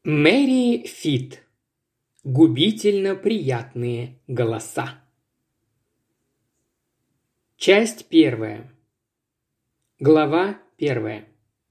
Мэри Фит. Губительно приятные голоса. Часть первая. Глава первая.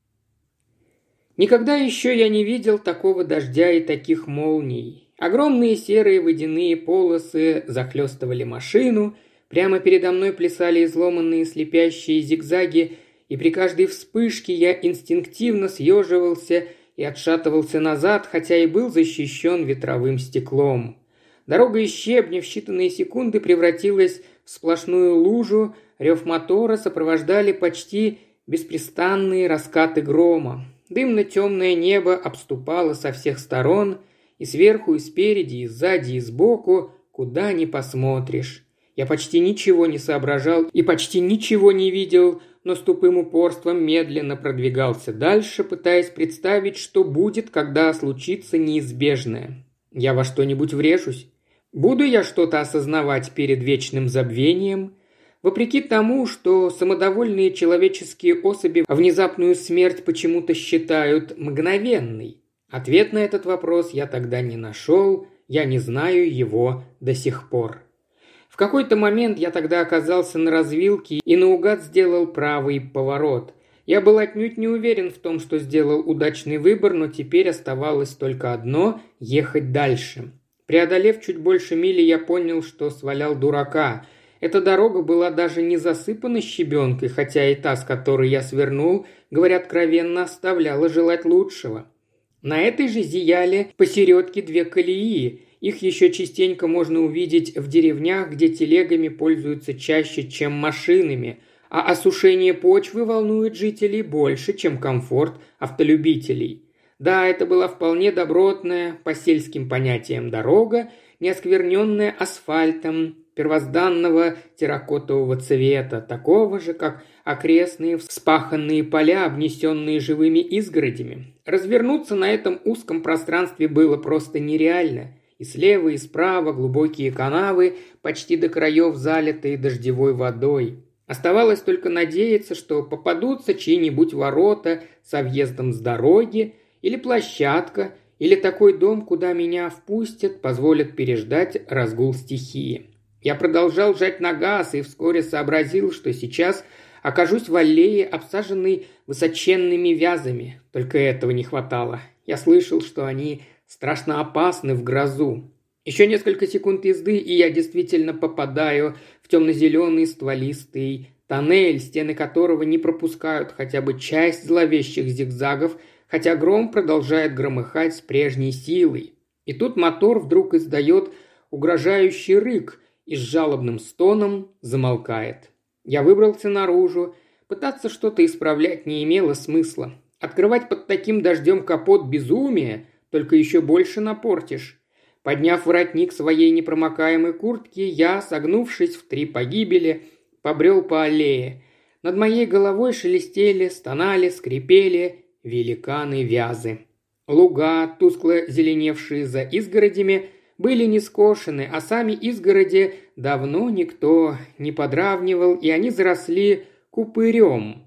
Никогда еще я не видел такого дождя и таких молний. Огромные серые водяные полосы захлестывали машину, прямо передо мной плясали изломанные слепящие зигзаги, и при каждой вспышке я инстинктивно съеживался и отшатывался назад, хотя и был защищен ветровым стеклом. Дорога из щебня в считанные секунды превратилась в сплошную лужу, рев мотора сопровождали почти беспрестанные раскаты грома. Дымно-темное небо обступало со всех сторон, и сверху, и спереди, и сзади, и сбоку, куда ни посмотришь. Я почти ничего не соображал и почти ничего не видел, но с тупым упорством медленно продвигался дальше, пытаясь представить, что будет, когда случится неизбежное. Я во что-нибудь врежусь? Буду я что-то осознавать перед вечным забвением? Вопреки тому, что самодовольные человеческие особи внезапную смерть почему-то считают мгновенной. Ответ на этот вопрос я тогда не нашел, я не знаю его до сих пор. В какой-то момент я тогда оказался на развилке и наугад сделал правый поворот. Я был отнюдь не уверен в том, что сделал удачный выбор, но теперь оставалось только одно – ехать дальше. Преодолев чуть больше мили, я понял, что свалял дурака. Эта дорога была даже не засыпана щебенкой, хотя и та, с которой я свернул, говоря откровенно, оставляла желать лучшего. На этой же зияли посередке две колеи. Их еще частенько можно увидеть в деревнях, где телегами пользуются чаще, чем машинами, а осушение почвы волнует жителей больше, чем комфорт автолюбителей. Да, это была вполне добротная, по сельским понятиям, дорога, не оскверненная асфальтом, первозданного терракотового цвета, такого же, как окрестные вспаханные поля, обнесенные живыми изгородями. Развернуться на этом узком пространстве было просто нереально. И слева, и справа глубокие канавы, почти до краев залитые дождевой водой. Оставалось только надеяться, что попадутся чьи-нибудь ворота со въездом с дороги, или площадка, или такой дом, куда меня впустят, позволят переждать разгул стихии. Я продолжал жать на газ и вскоре сообразил, что сейчас окажусь в аллее, обсаженной высоченными вязами. Только этого не хватало. Я слышал, что они страшно опасны в грозу. Еще несколько секунд езды, и я действительно попадаю в темно-зеленый стволистый тоннель, стены которого не пропускают хотя бы часть зловещих зигзагов, хотя гром продолжает громыхать с прежней силой. И тут мотор вдруг издает угрожающий рык и с жалобным стоном замолкает. Я выбрался наружу. Пытаться что-то исправлять не имело смысла. Открывать под таким дождем капот безумие, только еще больше напортишь. Подняв воротник своей непромокаемой куртки, я, согнувшись в 3 погибели, побрел по аллее. Над моей головой шелестели, стонали, скрипели великаны-вязы. Луга, тускло зеленевшие за изгородями, были не скошены, а сами изгороди давно никто не подравнивал, и они заросли купырем.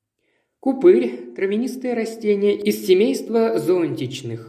Купырь – травянистое растение из семейства зонтичных.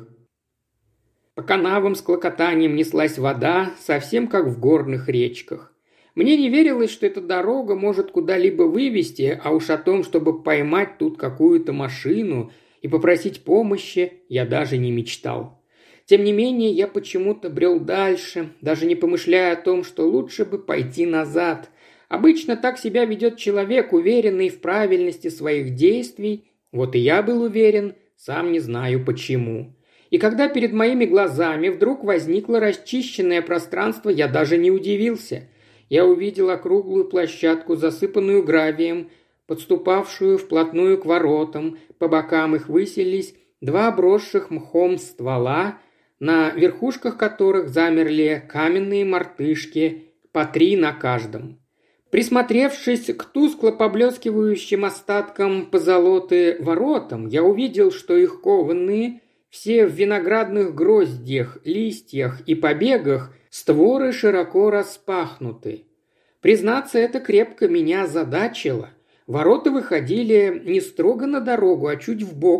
По канавам с клокотанием неслась вода, совсем как в горных речках. Мне не верилось, что эта дорога может куда-либо вывести, а уж о том, чтобы поймать тут какую-то машину и попросить помощи, я даже не мечтал. Тем не менее, я почему-то брел дальше, даже не помышляя о том, что лучше бы пойти назад. Обычно так себя ведет человек, уверенный в правильности своих действий. Вот и я был уверен, сам не знаю почему. И когда перед моими глазами вдруг возникло расчищенное пространство, я даже не удивился. Я увидел округлую площадку, засыпанную гравием, подступавшую вплотную к воротам. По бокам их высились 2 обросших мхом ствола, на верхушках которых замерли каменные мартышки, по 3 на каждом. Присмотревшись к тускло поблескивающим остаткам позолоты воротам, я увидел, что их кованные, все в виноградных гроздьях, листьях и побегах, створы широко распахнуты. Признаться, это крепко меня озадачило. Ворота выходили не строго на дорогу, а чуть вбок,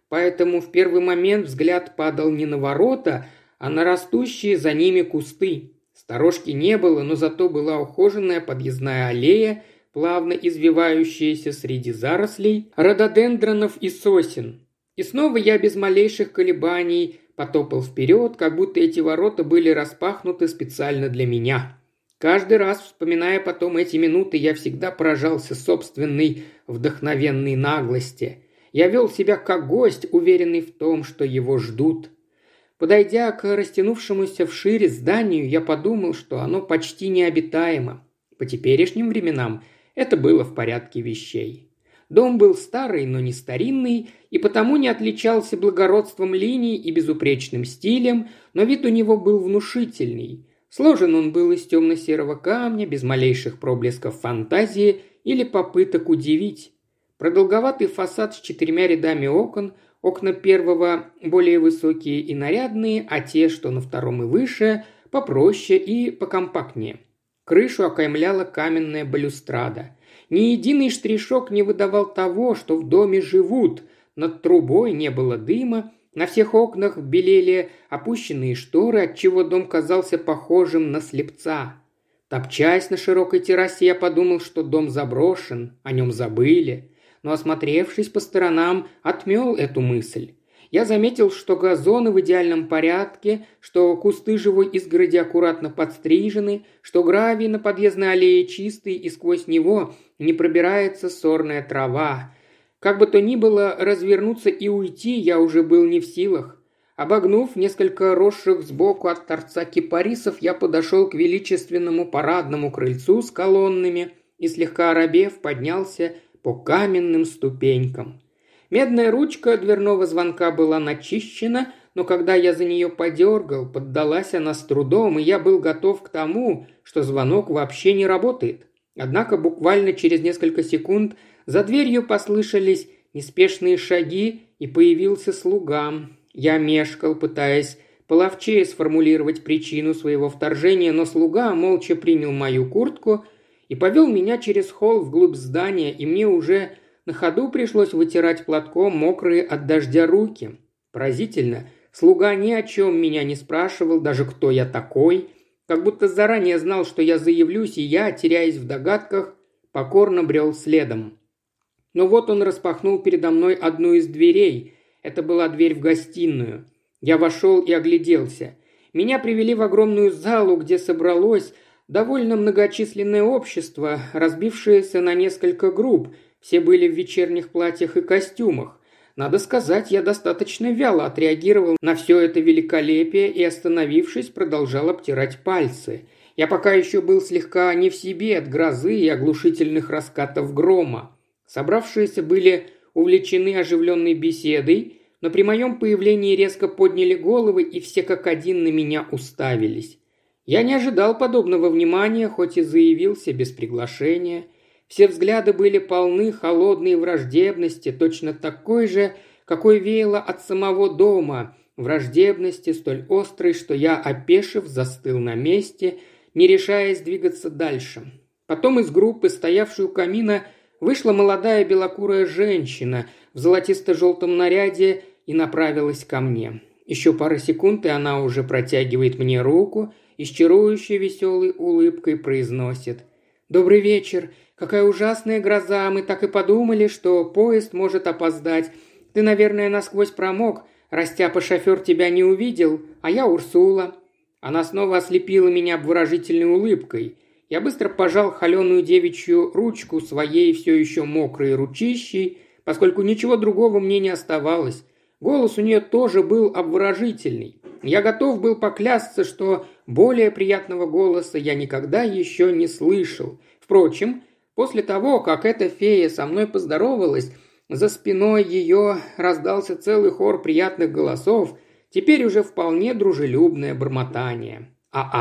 поэтому в первый момент взгляд падал не на ворота, а на растущие за ними кусты. Сторожки не было, но зато была ухоженная подъездная аллея, плавно извивающаяся среди зарослей, рододендронов и сосен. И снова я без малейших колебаний потопал вперед, как будто эти ворота были распахнуты специально для меня. Каждый раз, вспоминая потом эти минуты, я всегда поражался собственной вдохновенной наглости. Я вел себя как гость, уверенный в том, что его ждут. Подойдя к растянувшемуся вширь зданию, я подумал, что оно почти необитаемо. По теперешним временам это было в порядке вещей. Дом был старый, но не старинный, и потому не отличался благородством линий и безупречным стилем, но вид у него был внушительный. Сложен он был из темно-серого камня, без малейших проблесков фантазии или попыток удивить. Продолговатый фасад с 4 рядами окон, окна первого более высокие и нарядные, а те, что на втором и выше, попроще и покомпактнее. Крышу окаймляла каменная балюстрада. Ни единый штришок не выдавал того, что в доме живут. Над трубой не было дыма, на всех окнах белели опущенные шторы, отчего дом казался похожим на слепца. Топчась на широкой террасе, я подумал, что дом заброшен, о нем забыли. Но, осмотревшись по сторонам, отмел эту мысль. Я заметил, что газоны в идеальном порядке, что кусты живой изгороди аккуратно подстрижены, что гравий на подъездной аллее чистый и сквозь него не пробирается сорная трава. Как бы то ни было, развернуться и уйти я уже был не в силах. Обогнув несколько росших сбоку от торца кипарисов, я подошел к величественному парадному крыльцу с колоннами и, слегка оробев, поднялся по каменным ступенькам. Медная ручка дверного звонка была начищена, но когда я за нее подергал, поддалась она с трудом, и я был готов к тому, что звонок вообще не работает. Однако буквально через несколько секунд за дверью послышались неспешные шаги, и появился слуга. Я мешкал, пытаясь половчее сформулировать причину своего вторжения, но слуга молча принял мою куртку и повел меня через холл вглубь здания, и мне уже на ходу пришлось вытирать платком мокрые от дождя руки. Поразительно, слуга ни о чем меня не спрашивал, даже кто я такой, как будто заранее знал, что я заявлюсь, и я, теряясь в догадках, покорно брел следом. Но вот он распахнул передо мной одну из дверей. Это была дверь в гостиную. Я вошел и огляделся. Меня привели в огромную залу, где собралось довольно многочисленное общество, разбившееся на несколько групп. Все были в вечерних платьях и костюмах. Надо сказать, я достаточно вяло отреагировал на все это великолепие и, остановившись, продолжал обтирать пальцы. Я пока еще был слегка не в себе от грозы и оглушительных раскатов грома. Собравшиеся были увлечены оживленной беседой, но при моем появлении резко подняли головы и все как один на меня уставились. Я не ожидал подобного внимания, хоть и заявился без приглашения. Все взгляды были полны холодной враждебности, точно такой же, какой веяло от самого дома, враждебности столь острой, что я, опешив, застыл на месте, не решаясь двигаться дальше. Потом из группы, стоявшей у камина, вышла молодая белокурая женщина в золотисто-желтом наряде и направилась ко мне. Еще пара секунд, и она уже протягивает мне руку и с чарующей веселой улыбкой произносит: «Добрый вечер. Какая ужасная гроза. Мы так и подумали, что поезд может опоздать. Ты, наверное, насквозь промок. Растяпа-шофер тебя не увидел, а я Урсула». Она снова ослепила меня обворожительной улыбкой. Я быстро пожал холеную девичью ручку своей все еще мокрой ручищей, поскольку ничего другого мне не оставалось. Голос у нее тоже был обворожительный. Я готов был поклясться, что более приятного голоса я никогда еще не слышал. Впрочем, после того, как эта фея со мной поздоровалась, за спиной ее раздался целый хор приятных голосов, теперь уже вполне дружелюбное бормотание. А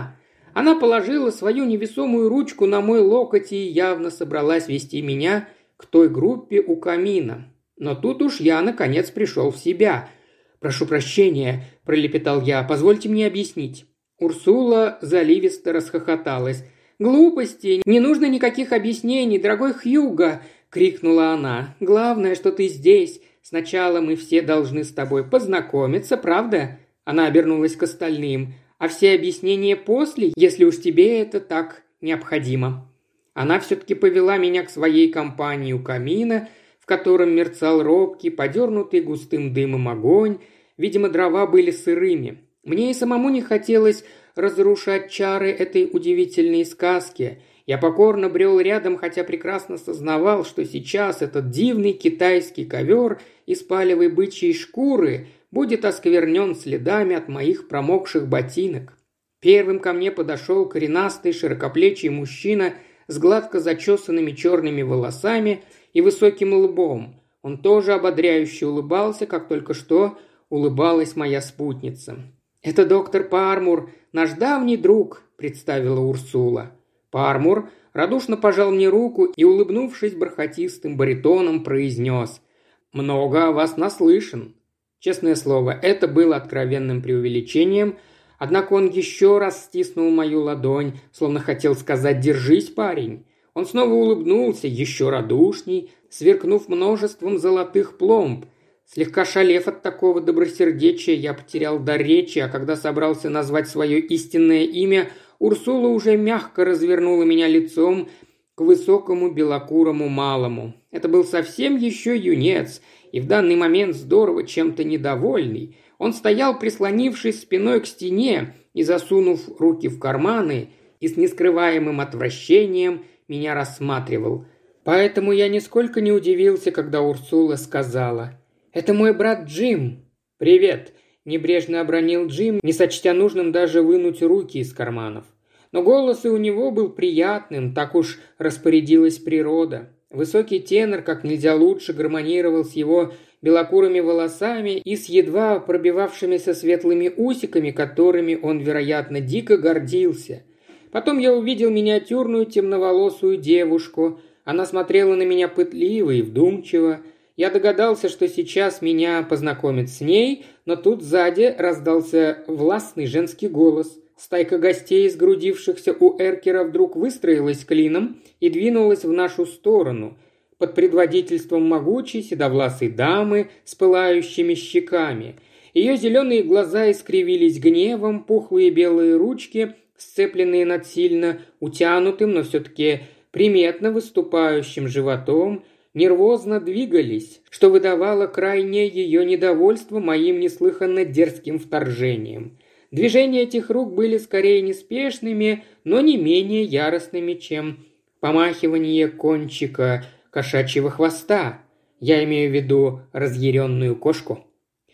она положила свою невесомую ручку на мой локоть и явно собралась вести меня к той группе у камина. Но тут уж я, наконец, пришел в себя. «Прошу прощения», – пролепетал я, – «позвольте мне объяснить». Урсула заливисто расхохоталась. «Глупости! Не нужно никаких объяснений, дорогой Хьюго!» – крикнула она. «Главное, что ты здесь. Сначала мы все должны с тобой познакомиться, правда?» Она обернулась к остальным. «А все объяснения после, если уж тебе это так необходимо». Она все-таки повела меня к своей компании у камина, в котором мерцал робкий, подернутый густым дымом огонь. Видимо, дрова были сырыми. Мне и самому не хотелось разрушать чары этой удивительной сказки. Я покорно брел рядом, хотя прекрасно сознавал, что сейчас этот дивный китайский ковер из палевой бычьей шкуры будет осквернен следами от моих промокших ботинок. Первым ко мне подошел коренастый широкоплечий мужчина с гладко зачесанными черными волосами и высоким лбом. Он тоже ободряюще улыбался, как только что улыбалась моя спутница. «Это доктор Пармур, наш давний друг», – представила Урсула. Пармур радушно пожал мне руку и, улыбнувшись бархатистым баритоном, произнес: «Много о вас наслышан». Честное слово, это было откровенным преувеличением, однако он еще раз стиснул мою ладонь, словно хотел сказать: «Держись, парень». Он снова улыбнулся, еще радушней, сверкнув множеством золотых пломб. Слегка шалев от такого добросердечия, я потерял дар речи, а когда собрался назвать свое истинное имя, Урсула уже мягко развернула меня лицом к высокому белокурому малому. Это был совсем еще юнец, и в данный момент здорово чем-то недовольный. Он стоял, прислонившись спиной к стене и засунув руки в карманы, и с нескрываемым отвращением меня рассматривал. Поэтому я нисколько не удивился, когда Урсула сказала: «Это мой брат Джим». «Привет», – небрежно обронил Джим, не сочтя нужным даже вынуть руки из карманов. Но голос и у него был приятным, так уж распорядилась природа. Высокий тенор как нельзя лучше гармонировал с его белокурыми волосами и с едва пробивавшимися светлыми усиками, которыми он, вероятно, дико гордился. Потом я увидел миниатюрную темноволосую девушку. Она смотрела на меня пытливо и вдумчиво. Я догадался, что сейчас меня познакомят с ней, но тут сзади раздался властный женский голос. Стайка гостей, сгрудившихся у эркера, вдруг выстроилась клином и двинулась в нашу сторону, под предводительством могучей седовласой дамы с пылающими щеками. Ее зеленые глаза искривились гневом, пухлые белые ручки, сцепленные над сильно утянутым, но все-таки приметно выступающим животом, нервозно двигались, что выдавало крайнее ее недовольство моим неслыханно дерзким вторжением. Движения этих рук были скорее неспешными, но не менее яростными, чем помахивание кончика кошачьего хвоста. Я имею в виду разъяренную кошку.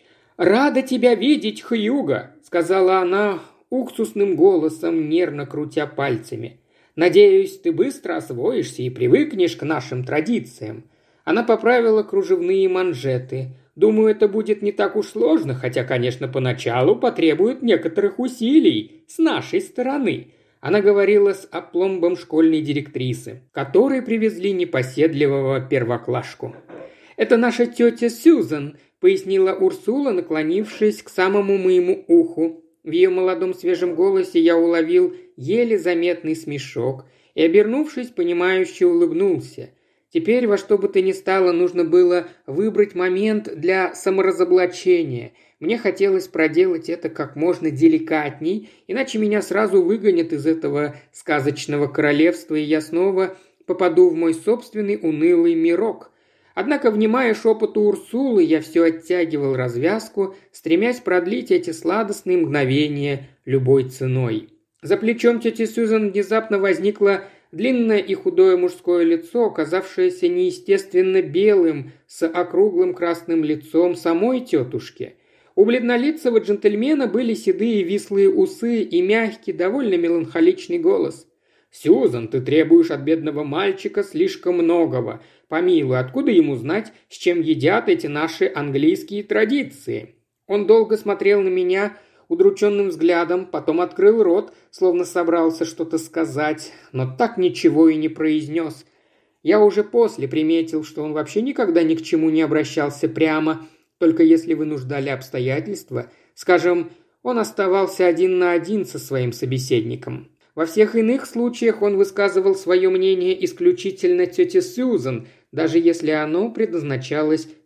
«Рада тебя видеть, Хьюго», — сказала она уксусным голосом, нервно крутя пальцами. «Надеюсь, ты быстро освоишься и привыкнешь к нашим традициям». Она поправила кружевные манжеты. «Думаю, это будет не так уж сложно, хотя, конечно, поначалу потребует некоторых усилий с нашей стороны». Она говорила с опломбом школьной директрисы, которой привезли непоседливого первоклашку. «Это наша тетя Сьюзан», — пояснила Урсула, наклонившись к самому моему уху. В ее молодом свежем голосе я уловил еле заметный смешок и, обернувшись, понимающе улыбнулся. Теперь во что бы то ни стало нужно было выбрать момент для саморазоблачения. Мне хотелось проделать это как можно деликатней, иначе меня сразу выгонят из этого сказочного королевства, и я снова попаду в мой собственный унылый мирок. Однако, внимая шепоту Урсулы, я все оттягивал развязку, стремясь продлить эти сладостные мгновения любой ценой. За плечом тети Сьюзан внезапно возникло длинное и худое мужское лицо, казавшееся неестественно белым, с округлым красным лицом самой тетушки. У бледнолицего джентльмена были седые вислые усы и мягкий, довольно меланхоличный голос. «Сьюзан, ты требуешь от бедного мальчика слишком многого. Помилуй, откуда ему знать, с чем едят эти наши английские традиции?» Он долго смотрел на меня удрученным взглядом, потом открыл рот, словно собрался что-то сказать, но так ничего и не произнес. Я уже после приметил, что он вообще никогда ни к чему не обращался прямо, только если вынуждали обстоятельства. Скажем, он оставался один на один со своим собеседником. Во всех иных случаях он высказывал свое мнение исключительно тете Сьюзан, даже если оно предназначалось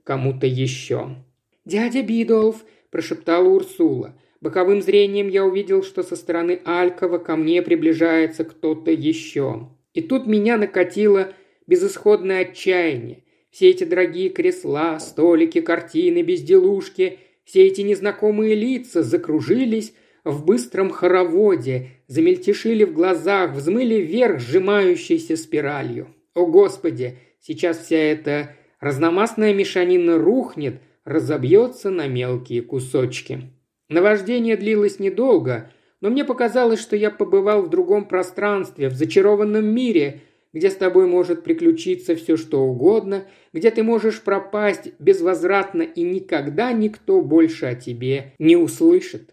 кому-то еще. «Дядя Бидолф!» – прошептала Урсула. Боковым зрением я увидел, что со стороны Алькова ко мне приближается кто-то еще. И тут меня накатило безысходное отчаяние. Все эти дорогие кресла, столики, картины, безделушки, все эти незнакомые лица закружились в быстром хороводе, замельтешили в глазах, взмыли вверх сжимающейся спиралью. О, Господи! Сейчас вся эта разномастная мешанина рухнет, разобьется на мелкие кусочки. Наваждение длилось недолго, но мне показалось, что я побывал в другом пространстве, в зачарованном мире, где с тобой может приключиться все, что угодно, где ты можешь пропасть безвозвратно и никогда никто больше о тебе не услышит.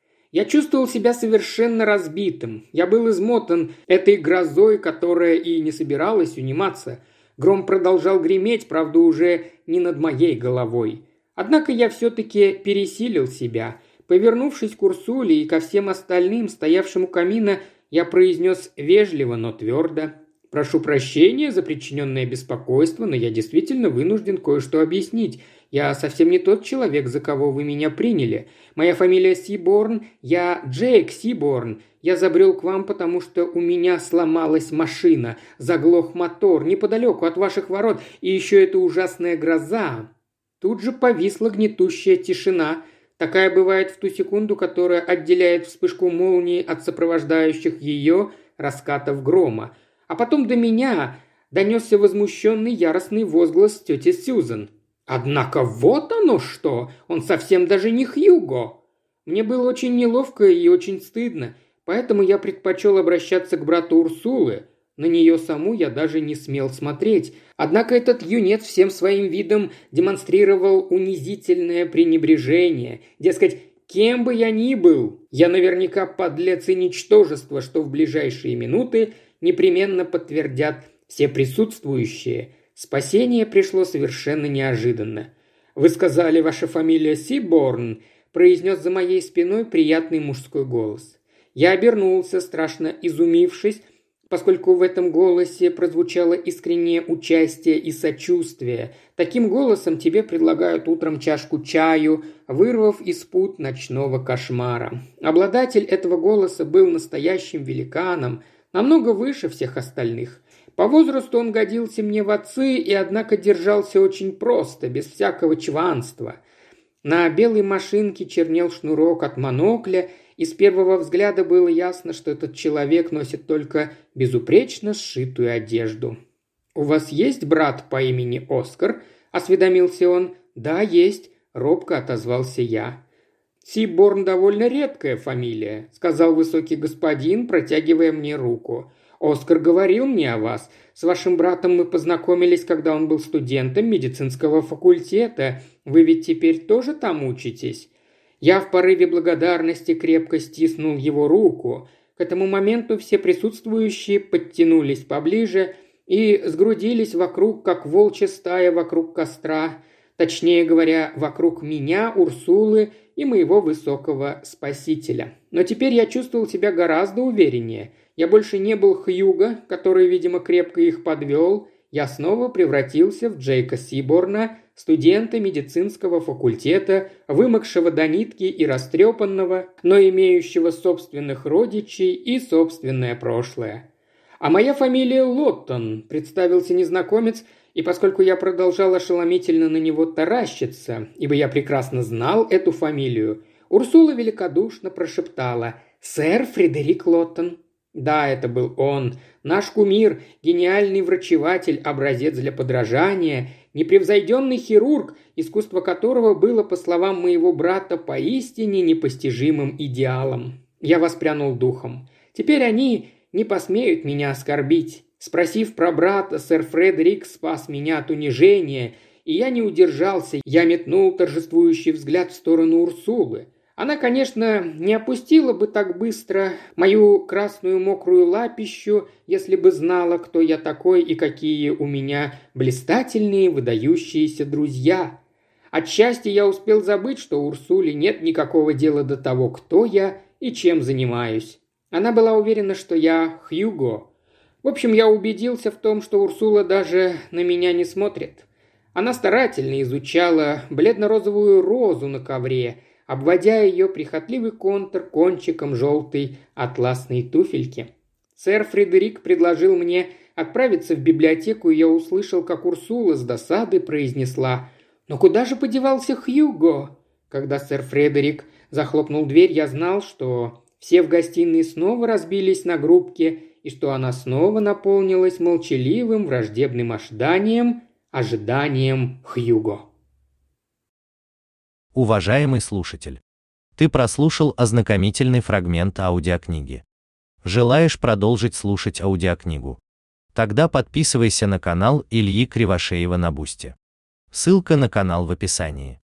Я чувствовал себя совершенно разбитым. Я был измотан этой грозой, которая и не собиралась униматься. Гром продолжал греметь, правда, уже не над моей головой. Однако я все-таки пересилил себя. Повернувшись к Урсуле и ко всем остальным, стоявшим у камина, я произнес вежливо, но твердо: «Прошу прощения за причиненное беспокойство, но я действительно вынужден кое-что объяснить. Я совсем не тот человек, за кого вы меня приняли. Моя фамилия Сиборн, я Джейк Сиборн. Я забрел к вам, потому что у меня сломалась машина, заглох мотор неподалеку от ваших ворот, и еще эта ужасная гроза». Тут же повисла гнетущая тишина. Такая бывает в ту секунду, которая отделяет вспышку молнии от сопровождающих ее раскатов грома. А потом до меня донесся возмущенный яростный возглас тети Сьюзен. «Однако вот оно что! Он совсем даже не Хьюго!» Мне было очень неловко и очень стыдно, поэтому я предпочел обращаться к брату Урсулы. На нее саму я даже не смел смотреть. Однако этот юнец всем своим видом демонстрировал унизительное пренебрежение. Дескать, кем бы я ни был, я наверняка подлец и ничтожество, что в ближайшие минуты непременно подтвердят все присутствующие. Спасение пришло совершенно неожиданно. «Вы сказали, ваша фамилия Сиборн», – произнес за моей спиной приятный мужской голос. Я обернулся, страшно изумившись, поскольку в этом голосе прозвучало искреннее участие и сочувствие. Таким голосом тебе предлагают утром чашку чаю, вырвав из пут ночного кошмара. Обладатель этого голоса был настоящим великаном, намного выше всех остальных. По возрасту он годился мне в отцы и, однако, держался очень просто, без всякого чванства. На белой машинке чернел шнурок от монокля, и с первого взгляда было ясно, что этот человек носит только безупречно сшитую одежду. «У вас есть брат по имени Оскар?» – осведомился он. «Да, есть», – робко отозвался я. «Сиборн довольно редкая фамилия», – сказал высокий господин, протягивая мне руку. «Оскар говорил мне о вас. С вашим братом мы познакомились, когда он был студентом медицинского факультета. Вы ведь теперь тоже там учитесь?» Я в порыве благодарности крепко стиснул его руку. К этому моменту все присутствующие подтянулись поближе и сгрудились вокруг, как волчья стая вокруг костра. Точнее говоря, вокруг меня, Урсулы и моего высокого спасителя. Но теперь я чувствовал себя гораздо увереннее. Я больше не был Хьюго, который, видимо, крепко их подвел. Я снова превратился в Джейка Сиборна, студента медицинского факультета, вымокшего до нитки и растрепанного, но имеющего собственных родичей и собственное прошлое. «А моя фамилия Лоттон», – представился незнакомец, и поскольку я продолжал ошеломительно на него таращиться, ибо я прекрасно знал эту фамилию, Урсула великодушно прошептала: «Сэр Фредерик Лоттон». Да, это был он, наш кумир, гениальный врачеватель, образец для подражания, непревзойденный хирург, искусство которого было, по словам моего брата, поистине непостижимым идеалом. Я воспрянул духом. Теперь они не посмеют меня оскорбить. Спросив про брата, сэр Фредерик спас меня от унижения, и я не удержался. Я метнул торжествующий взгляд в сторону Урсулы. Она, конечно, не опустила бы так быстро мою красную мокрую лапищу, если бы знала, кто я такой и какие у меня блистательные выдающиеся друзья. От счастья я успел забыть, что у Урсуле нет никакого дела до того, кто я и чем занимаюсь. Она была уверена, что я Хьюго. В общем, я убедился в том, что Урсула даже на меня не смотрит. Она старательно изучала бледно-розовую розу на ковре, обводя ее прихотливый контур кончиком желтой атласной туфельки. Сэр Фредерик предложил мне отправиться в библиотеку, и я услышал, как Урсула с досадой произнесла: «Но куда же подевался Хьюго?» Когда сэр Фредерик захлопнул дверь, я знал, что все в гостиной снова разбились на группки, и что она снова наполнилась молчаливым враждебным ожиданием Хьюго. Уважаемый слушатель, ты прослушал ознакомительный фрагмент аудиокниги. Желаешь продолжить слушать аудиокнигу? Тогда подписывайся на канал Ильи Кривошеева на Бусти. Ссылка на канал в описании.